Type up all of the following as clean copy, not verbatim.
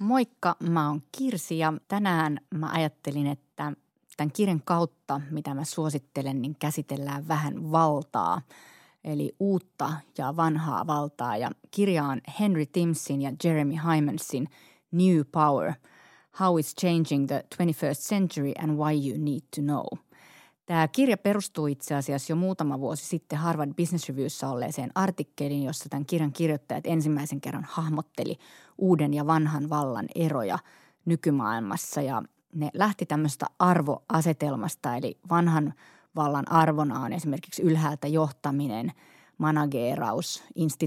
Moikka, mä oon Kirsi ja tänään mä ajattelin, että tämän kirjan kautta, mitä mä suosittelen, niin käsitellään vähän valtaa, eli uutta ja vanhaa valtaa. Ja kirja on Henry Timpsin ja Jeremy Hymansin New Power, How it's Changing the 21st Century and Why You Need to Know. Tämä kirja perustuu itse asiassa jo muutama vuosi sitten Harvard Business Reviewssa olleeseen artikkeliin, jossa tämän kirjan kirjoittajat ensimmäisen kerran hahmotteli uuden ja vanhan vallan eroja nykymaailmassa. Ja ne lähti tämmöistä arvoasetelmasta, eli vanhan vallan arvona on esimerkiksi ylhäältä johtaminen, manageeraus,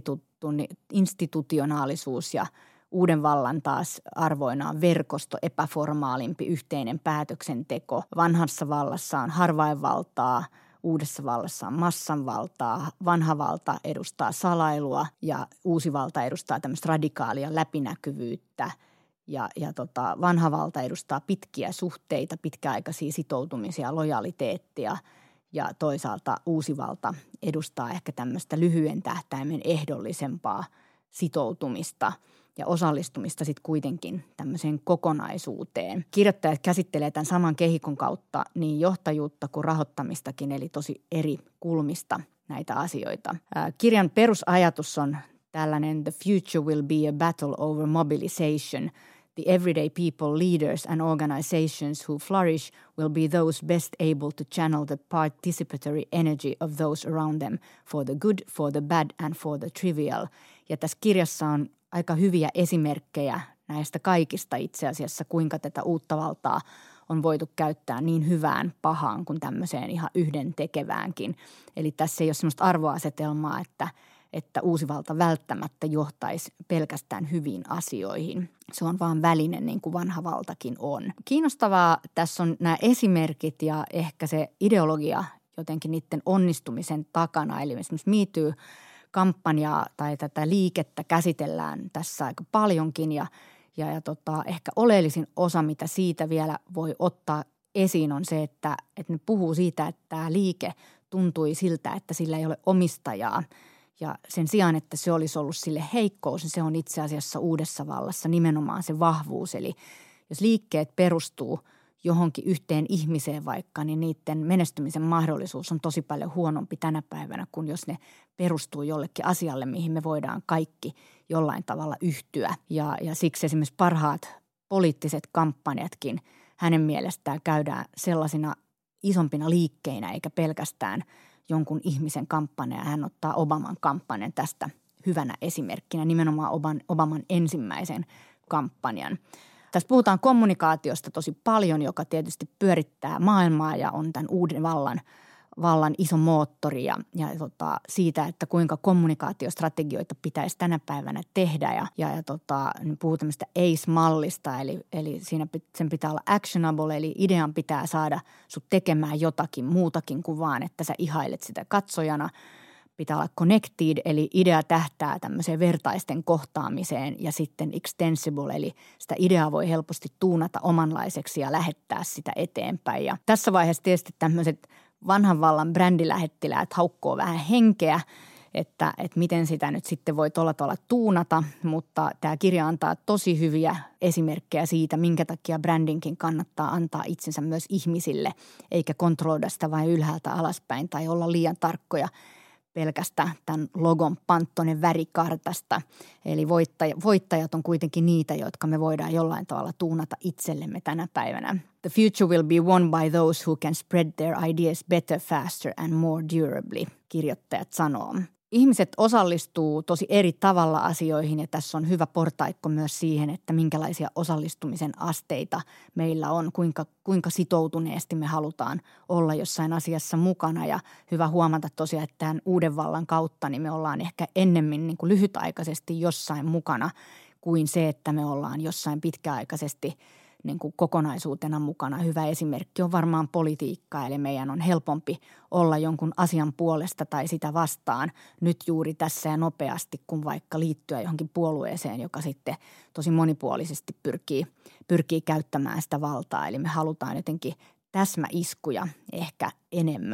institutionaalisuus ja uuden vallan taas arvoina on verkosto, epäformaalimpi, yhteinen päätöksenteko. Vanhassa vallassa on harvainvaltaa, uudessa vallassa on massanvaltaa. Vanha valta edustaa salailua ja uusi valta edustaa tämmöistä radikaalia läpinäkyvyyttä. Vanha valta edustaa pitkiä suhteita, pitkäaikaisia sitoutumisia, lojaliteettia ja toisaalta uusi valta edustaa ehkä tämmöistä lyhyen tähtäimen ehdollisempaa sitoutumista ja osallistumista sitten kuitenkin tämmöiseen kokonaisuuteen. Kirjoittajat käsittelee tämän saman kehikon kautta niin johtajuutta kuin rahoittamistakin, eli tosi eri kulmista näitä asioita. Kirjan perusajatus on tällainen: The future will be a battle over mobilization. The everyday people, leaders and organizations who flourish will be those best able to channel the participatory energy of those around them for the good, for the bad and for the trivial. Ja tässä kirjassa on aika hyviä esimerkkejä näistä kaikista itse asiassa, kuinka tätä uutta valtaa on voitu käyttää niin hyvään, pahaan kuin tämmöiseen ihan yhdentekeväänkin. Eli tässä ei ole semmoista arvoasetelmaa, että uusi valta välttämättä johtaisi pelkästään hyviin asioihin. Se on vaan väline, niin kuin vanha valtakin on. Kiinnostavaa tässä on nämä esimerkit ja ehkä se ideologia jotenkin niiden onnistumisen takana. Eli esimerkiksi Me Too-kampanjaa tai tätä liikettä käsitellään tässä aika paljonkin ja ehkä oleellisin osa, mitä siitä vielä voi ottaa esiin, on se, että ne puhuu siitä, että tämä liike tuntui siltä, että sillä ei ole omistajaa. Ja sen sijaan, että se olisi ollut sille heikkous, niin se on itse asiassa uudessa vallassa nimenomaan se vahvuus. Eli jos liikkeet perustuu johonkin yhteen ihmiseen vaikka, niin niiden menestymisen mahdollisuus on tosi paljon huonompi tänä päivänä, kuin jos ne perustuu jollekin asialle, mihin me voidaan kaikki jollain tavalla yhtyä. Ja siksi esimerkiksi parhaat poliittiset kampanjatkin hänen mielestään käydään sellaisina isompina liikkeinä eikä pelkästään jonkun ihmisen kampanja. Hän ottaa Obaman kampanjan tästä hyvänä esimerkkinä, nimenomaan Obaman ensimmäisen kampanjan. Tässä puhutaan kommunikaatiosta tosi paljon, joka tietysti pyörittää maailmaa ja on tämän uuden vallan iso moottori ja siitä, että kuinka kommunikaatiostrategioita pitäisi tänä päivänä tehdä. Puhuu tämmöistä ACE-mallista, eli sen pitää olla actionable, eli idean pitää saada sut tekemään jotakin muutakin kuin vaan, että sä ihailet sitä katsojana. Pitää olla connected, eli idea tähtää tämmöiseen vertaisten kohtaamiseen, ja sitten extensible, eli sitä ideaa voi helposti tuunata omanlaiseksi ja lähettää sitä eteenpäin. Ja tässä vaiheessa tietysti tämmöiset vanhan vallan brändilähettiläät haukkoo vähän henkeä, että miten sitä nyt sitten voi tuolla tavalla tuunata, mutta tämä kirja antaa tosi hyviä esimerkkejä siitä, minkä takia brändinkin kannattaa antaa itsensä myös ihmisille, eikä kontrolloida sitä vain ylhäältä alaspäin tai olla liian tarkkoja pelkästään tämän logon panttonen värikartasta. Eli voittajat on kuitenkin niitä, jotka me voidaan jollain tavalla tuunata itsellemme tänä päivänä. The future will be won by those who can spread their ideas better, faster and more durably, kirjoittajat sanoo. Ihmiset osallistuu tosi eri tavalla asioihin ja tässä on hyvä portaikko myös siihen, että minkälaisia osallistumisen asteita meillä on, kuinka sitoutuneesti me halutaan olla jossain asiassa mukana. Ja hyvä huomata tosiaan, että tämän uuden vallan kautta niin me ollaan ehkä ennemmin niin kuin lyhytaikaisesti jossain mukana kuin se, että me ollaan jossain pitkäaikaisesti niin kuin kokonaisuutena mukana. Hyvä esimerkki on varmaan politiikka, eli meidän on helpompi olla jonkun asian puolesta tai sitä vastaan nyt juuri tässä ja nopeasti, kun vaikka liittyä johonkin puolueeseen, joka sitten tosi monipuolisesti pyrkii käyttämään sitä valtaa. Eli me halutaan jotenkin täsmäiskuja ehkä enemmän.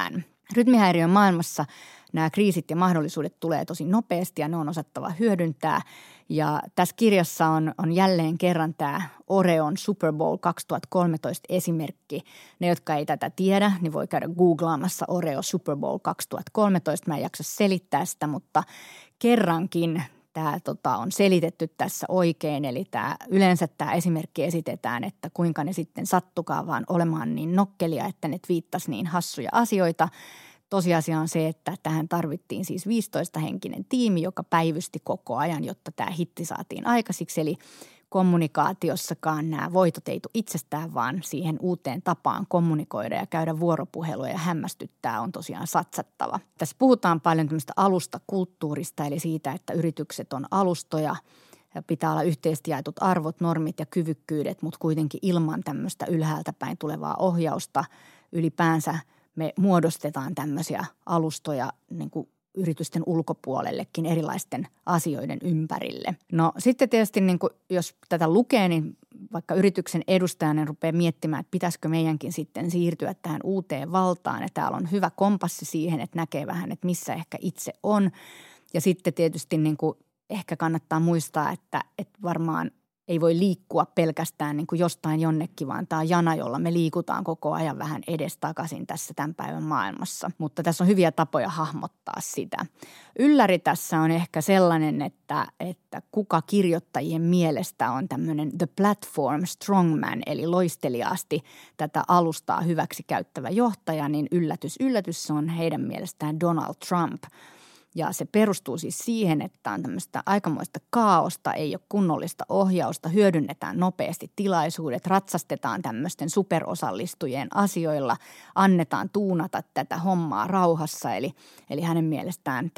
Rytmihäiriön maailmassa nämä kriisit ja mahdollisuudet tulee tosi nopeasti ja ne on osattava hyödyntää. Ja tässä kirjassa on jälleen kerran tämä Oreon Super Bowl 2013 esimerkki. Ne, jotka ei tätä tiedä, niin voi käydä googlaamassa Oreo Super Bowl 2013. Mä en jaksa selittää sitä, mutta kerrankin tämä on selitetty tässä oikein. Eli yleensä tämä esimerkki esitetään, että kuinka ne sitten sattukaa vaan olemaan niin nokkelia, että ne twiittasi niin hassuja asioita. Tosiasia on se, että tähän tarvittiin siis 15-henkinen tiimi, joka päivysti koko ajan, jotta tämä hitti saatiin aikaisiksi. Eli kommunikaatiossakaan nämä voitot ei tule itsestään, vaan siihen uuteen tapaan kommunikoida ja käydä vuoropuhelua ja hämmästyttää on tosiaan satsattava. Tässä puhutaan paljon tämmöistä alustakulttuurista, eli siitä, että yritykset on alustoja ja pitää olla yhteisesti jaetut arvot, normit ja kyvykkyydet, mutta kuitenkin ilman tämmöistä ylhäältä päin tulevaa ohjausta ylipäänsä me muodostetaan tämmöisiä alustoja niin kuin yritysten ulkopuolellekin erilaisten asioiden ympärille. No sitten tietysti niin kuin, jos tätä lukee, niin vaikka yrityksen edustajana rupeaa miettimään, että pitäisikö meidänkin sitten siirtyä tähän uuteen valtaan. Ja täällä on hyvä kompassi siihen, että näkee vähän, että missä ehkä itse on. Ja sitten tietysti niin kuin ehkä kannattaa muistaa, että varmaan ei voi liikkua pelkästään niin kuin jostain jonnekin, vaan tämä on jana, jolla me liikutaan koko ajan vähän edestakaisin tässä tämän päivän maailmassa. Mutta tässä on hyviä tapoja hahmottaa sitä. Ylläri tässä on ehkä sellainen, että kuka kirjoittajien mielestä on tämmöinen the platform strongman, eli loisteliaasti tätä alustaa hyväksi käyttävä johtaja, niin yllätys se on heidän mielestään Donald Trump. Ja se perustuu siis siihen, että on tämmöistä aikamoista kaaosta, ei ole kunnollista ohjausta, hyödynnetään nopeasti tilaisuudet, ratsastetaan tämmöisten superosallistujien asioilla, annetaan tuunata tätä hommaa rauhassa. Eli hänen mielestään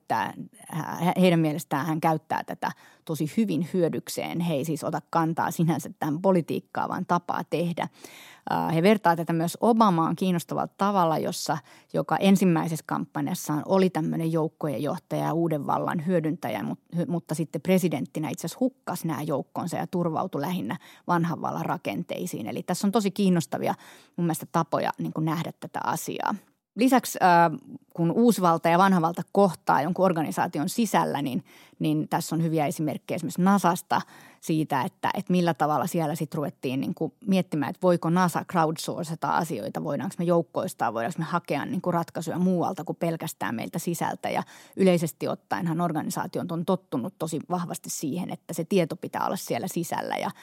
heidän mielestään hän käyttää tätä tosi hyvin hyödykseen. He ei siis ota kantaa sinänsä tähän politiikkaan, vaan tapaa tehdä. He vertaa tätä myös Obamaan kiinnostavalla tavalla, joka ensimmäisessä kampanjassaan oli tämmöinen joukkojen johtaja ja uuden vallan hyödyntäjä, mutta sitten presidenttinä itse asiassa hukkasi nämä joukkonsa ja turvautui lähinnä vanhan vallan rakenteisiin. Eli tässä on tosi kiinnostavia mun mielestä tapoja niin kuin nähdä tätä asiaa. Lisäksi kun uusi valta ja vanha valta kohtaa jonkun organisaation sisällä, niin tässä on hyviä esimerkkejä esimerkiksi NASAsta siitä, että millä tavalla siellä sitten ruvettiin niin kuin miettimään, että voiko NASA crowdsourcata asioita, voidaanko me joukkoistaa, voidaanko me hakea niin kuin ratkaisuja muualta kuin pelkästään meiltä sisältä. Ja yleisesti ottaenhan organisaatiot on tottunut tosi vahvasti siihen, että se tieto pitää olla siellä sisällä. Ja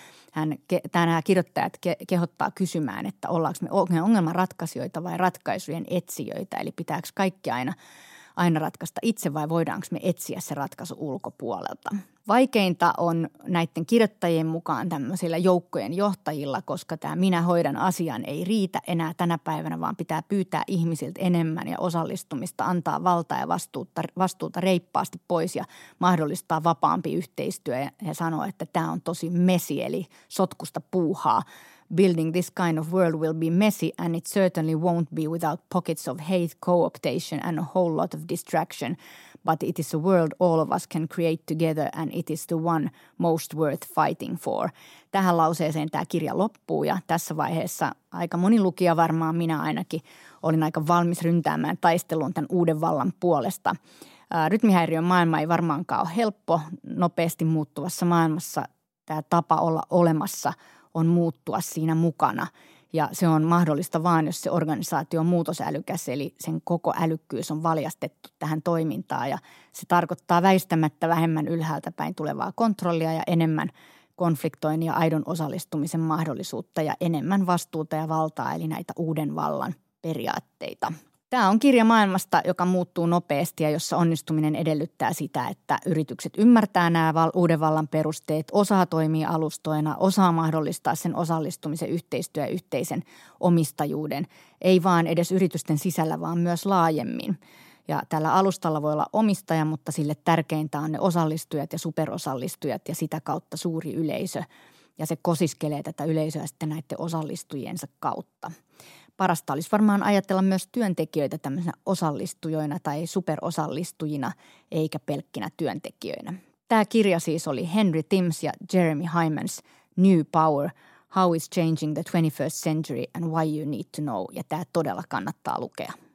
nämä kirjoittajat kehottaa kysymään, että ollaanko me ongelmanratkaisijoita vai ratkaisujen etsijöitä, eli pitääkö kaikki aina ratkaista itse vai voidaanko me etsiä se ratkaisu ulkopuolelta. Vaikeinta on näiden kirjoittajien mukaan tämmöisillä joukkojen johtajilla, koska tämä minä hoidan asian ei riitä enää tänä päivänä, vaan pitää pyytää ihmisiltä enemmän ja osallistumista, antaa valtaa ja vastuuta reippaasti pois ja mahdollistaa vapaampi yhteistyö ja sanoa, että tämä on tosi messy eli sotkusta puuhaa. Building this kind of world will be messy and it certainly won't be without pockets of hate, co-optation and a whole lot of distraction. But it is a world all of us can create together and it is the one most worth fighting for. Tähän lauseeseen tämä kirja loppuu ja tässä vaiheessa aika moni lukija, varmaan minä ainakin, olin aika valmis ryntäämään taisteluun tämän uuden vallan puolesta. Rytmihäiriön maailma ei varmaankaan ole helppo. Nopeasti muuttuvassa maailmassa tämä tapa olla olemassa on muuttua siinä mukana ja se on mahdollista vain, jos se organisaatio on muutosälykäs, eli sen koko älykkyys on valjastettu tähän toimintaan ja se tarkoittaa väistämättä vähemmän ylhäältä päin tulevaa kontrollia ja enemmän konfliktoinnin ja aidon osallistumisen mahdollisuutta ja enemmän vastuuta ja valtaa, eli näitä uuden vallan periaatteita. Tämä on kirja maailmasta, joka muuttuu nopeasti ja jossa onnistuminen edellyttää sitä, että yritykset ymmärtää nämä uuden vallan perusteet, osaa toimia alustoina, osaa mahdollistaa sen osallistumisen, yhteistyö ja yhteisen omistajuuden. Ei vaan edes yritysten sisällä, vaan myös laajemmin. Ja tällä alustalla voi olla omistaja, mutta sille tärkeintä on ne osallistujat ja superosallistujat ja sitä kautta suuri yleisö. Ja se kosiskelee tätä yleisöä sitten näiden osallistujiensa kautta. Parasta olisi varmaan ajatella myös työntekijöitä tämmöisenä osallistujoina tai superosallistujina, eikä pelkkinä työntekijöinä. Tämä kirja siis oli Henry Timms ja Jeremy Hymans New Power, How is Changing the 21st Century and Why You Need to Know, ja tämä todella kannattaa lukea.